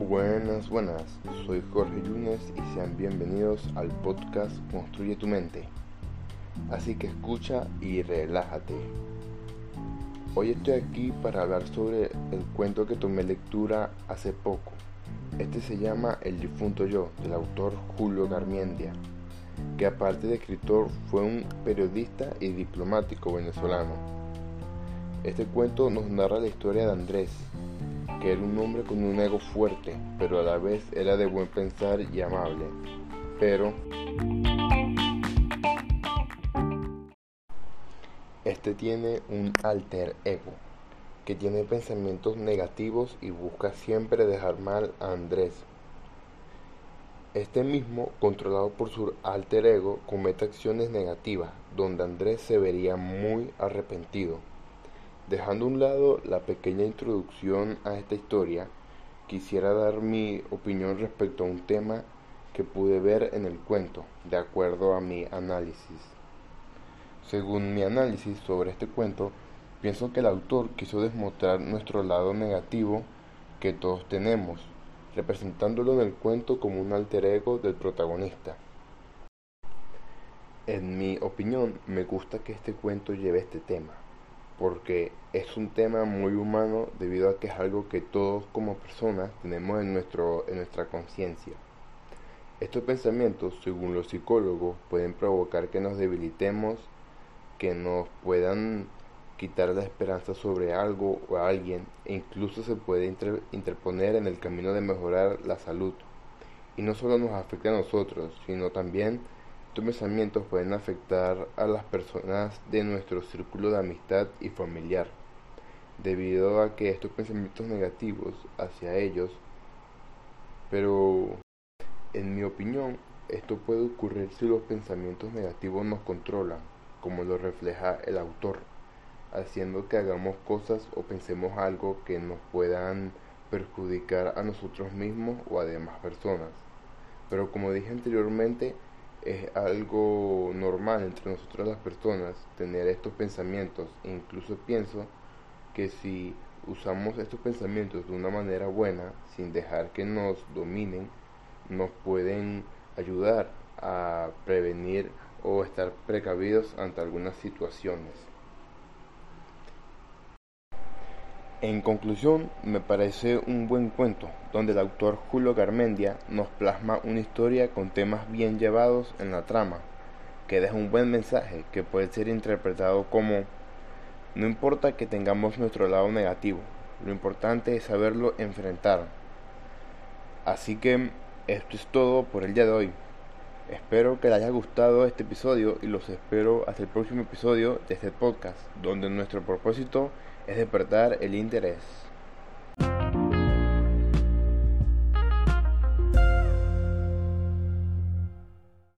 Buenas, soy Jorge Yunes y sean bienvenidos al podcast Construye tu mente. Así que escucha y relájate. Hoy estoy aquí para hablar sobre el cuento que tomé lectura hace poco. Este se llama El difunto yo, del autor Julio Garmendia, que aparte de escritor fue un periodista y diplomático venezolano. Este cuento nos narra la historia de Andrés, que era un hombre con un ego fuerte, pero a la vez era de buen pensar y amable. Pero este tiene un alter ego, que tiene pensamientos negativos y busca siempre dejar mal a Andrés. Este mismo, controlado por su alter ego, comete acciones negativas, donde Andrés se vería muy arrepentido. Dejando a un lado la pequeña introducción a esta historia, quisiera dar mi opinión respecto a un tema que pude ver en el cuento, de acuerdo a mi análisis. Según mi análisis sobre este cuento, pienso que el autor quiso demostrar nuestro lado negativo que todos tenemos, representándolo en el cuento como un alter ego del protagonista. En mi opinión, me gusta que este cuento lleve este tema, porque es un tema muy humano debido a que es algo que todos como personas tenemos en nuestra conciencia. Estos pensamientos, según los psicólogos, pueden provocar que nos debilitemos, que nos puedan quitar la esperanza sobre algo o a alguien, e incluso se puede interponer en el camino de mejorar la salud. Y no solo nos afecta a nosotros, sino también estos pensamientos pueden afectar a las personas de nuestro círculo de amistad y familiar, debido a que estos pensamientos negativos hacia ellos, pero en mi opinión, esto puede ocurrir si los pensamientos negativos nos controlan, como lo refleja el autor, haciendo que hagamos cosas o pensemos algo que nos puedan perjudicar a nosotros mismos o a demás personas. Pero como dije anteriormente, es algo normal entre nosotros las personas tener estos pensamientos, e incluso pienso que si usamos estos pensamientos de una manera buena, sin dejar que nos dominen, nos pueden ayudar a prevenir o estar precavidos ante algunas situaciones. En conclusión, me parece un buen cuento, donde el autor Julio Garmendia nos plasma una historia con temas bien llevados en la trama, que deja un buen mensaje que puede ser interpretado como: no importa que tengamos nuestro lado negativo, lo importante es saberlo enfrentar. Así que esto es todo por el día de hoy. Espero que les haya gustado este episodio y los espero hasta el próximo episodio de este podcast, donde nuestro propósito es despertar el interés.